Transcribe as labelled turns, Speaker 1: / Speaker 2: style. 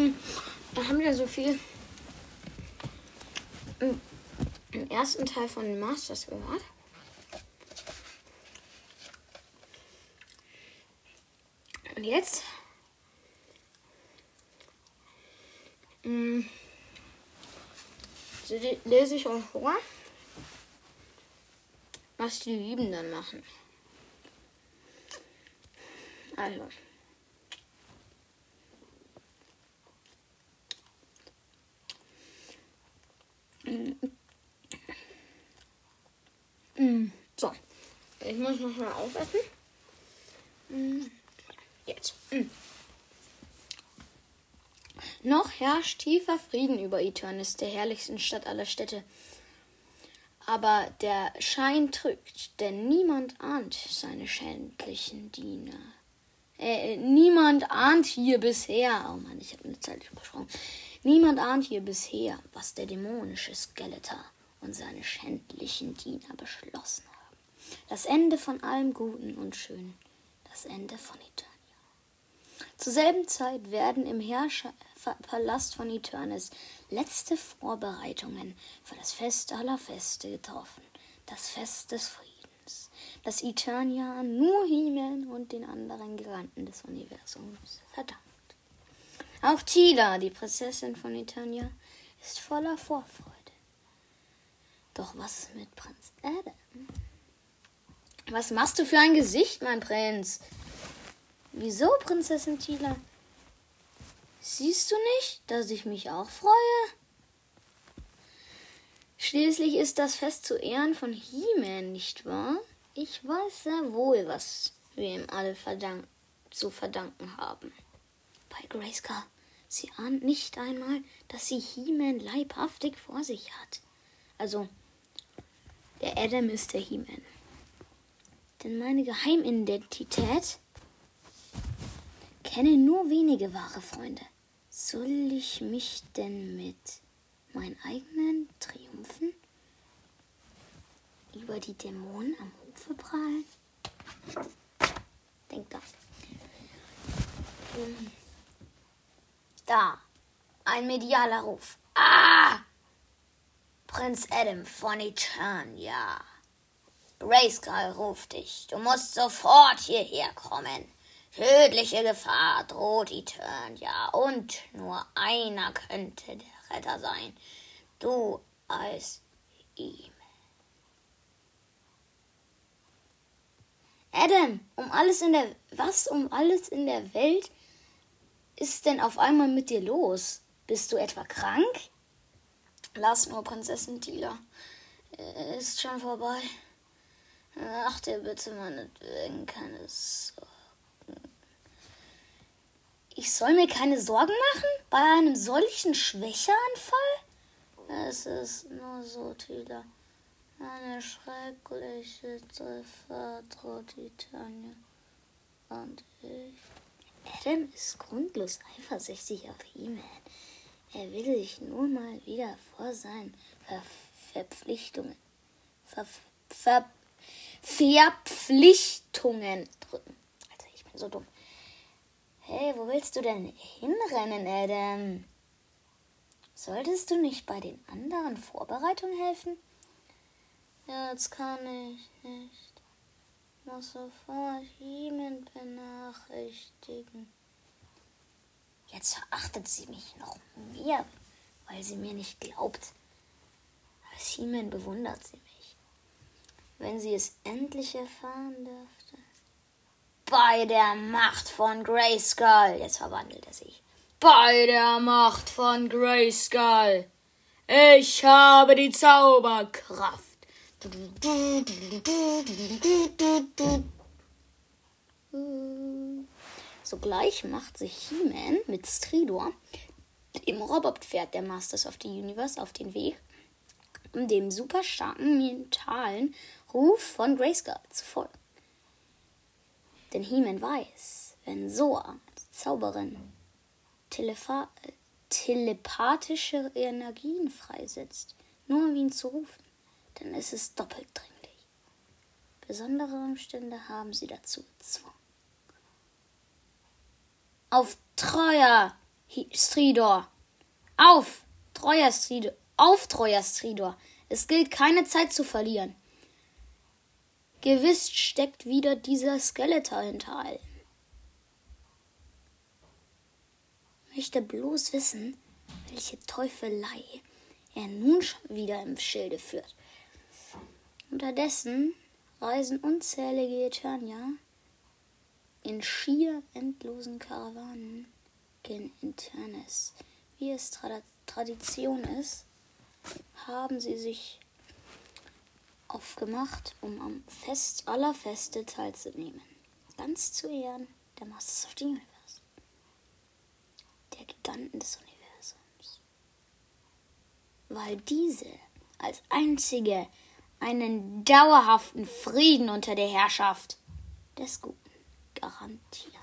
Speaker 1: haben wir so viel im ersten Teil von den Masters gehört. Und jetzt lese ich euch vor, was die Lieben dann machen. Also. So. Ich muss noch mal aufessen. Jetzt. Noch herrscht tiefer Frieden über Eternis, der herrlichsten Stadt aller Städte. Aber der Schein trügt, denn niemand ahnt seine schändlichen Diener. Niemand ahnt hier bisher, oh Mann, ich habe eine Zeit übersprungen. Niemand ahnt hier bisher, was der dämonische Skeletor und seine schändlichen Diener beschlossen haben. Das Ende von allem Guten und Schönen, das Ende von Eternia. Zur selben Zeit werden im Herrscherpalast von Eternis letzte Vorbereitungen für das Fest aller Feste getroffen, das Fest des Friedens, das Eternia nur He-Man und den anderen Giganten des Universums verdankt. Auch Teela, die Prinzessin von Eternia, ist voller Vorfreude. Doch was ist mit Prinz Adam? Was machst du für ein Gesicht, mein Prinz? Wieso, Prinzessin Teela? Siehst du nicht, dass ich mich auch freue? Schließlich ist das Fest zu Ehren von He-Man, nicht wahr? Ich weiß sehr wohl, was wir ihm alle zu verdanken haben. Bei Grayskull, sie ahnt nicht einmal, dass sie He-Man leibhaftig vor sich hat. Also, der Adam ist der He-Man. Denn meine Geheimidentität kenne nur wenige wahre Freunde. Soll ich mich denn mit meinen eigenen Triumphen über die Dämonen am Hofe prahlen? Denk da. Da, ein medialer Ruf. Ah! Prinz Adam von Eternia. Grayskull ruft dich. Du musst sofort hierher kommen. Tödliche Gefahr droht Eternia und nur einer könnte der Retter sein. Du als ihm. Adam, um alles in der Welt ist denn auf einmal mit dir los? Bist du etwa krank? Lass nur, Prinzessin Teela. Ist schon vorbei. Mach dir bitte meinetwegen keine Sorgen. Ich soll mir keine Sorgen machen? Bei einem solchen Schwächeanfall? Es ist nur so, Teela. Eine schreckliche Gefahr droht Eternia und ich. Adam ist grundlos eifersüchtig auf He-Man. Er will sich nur mal wieder vor seinen Verpflichtungen drücken. Alter, ich bin so dumm. Hey, wo willst du denn hinrennen, Adam? Solltest du nicht bei den anderen Vorbereitungen helfen? Jetzt kann ich nicht. Muss sofort He-Man benachrichtigen. Jetzt verachtet sie mich noch mehr, weil sie mir nicht glaubt. Als He-Man bewundert sie mich. Wenn sie es endlich erfahren dürfte. Bei der Macht von Grayskull. Jetzt verwandelt er sich. Bei der Macht von Grayskull. Ich habe die Zauberkraft. Sogleich macht sich He-Man mit Stridor, dem Robotpferd der Masters of the Universe, auf den Weg, um dem super starken mentalen Ruf von Grayskull zu folgen. Denn He-Man weiß, wenn Zoa, die Zauberin, telepathische Energien freisetzt, nur um ihn zu rufen, dann ist es doppelt dringlich. Besondere Umstände haben sie dazu gezwungen. Auf treuer Stridor! Auf, treuer Stridor! Auf, treuer Stridor! Es gilt, keine Zeit zu verlieren. Gewiss steckt wieder dieser Skeletor hinter allem. Möchte bloß wissen, welche Teufelei er nun schon wieder im Schilde führt. Unterdessen reisen unzählige Eternier in schier endlosen Karawanen gen Eternis. Wie es Tradition ist, haben sie sich aufgemacht, um am Fest aller Feste teilzunehmen. Ganz zu Ehren der Masters of the Universe, der Giganten des Universums. Weil diese als einzige einen dauerhaften Frieden unter der Herrschaft des Guten garantieren.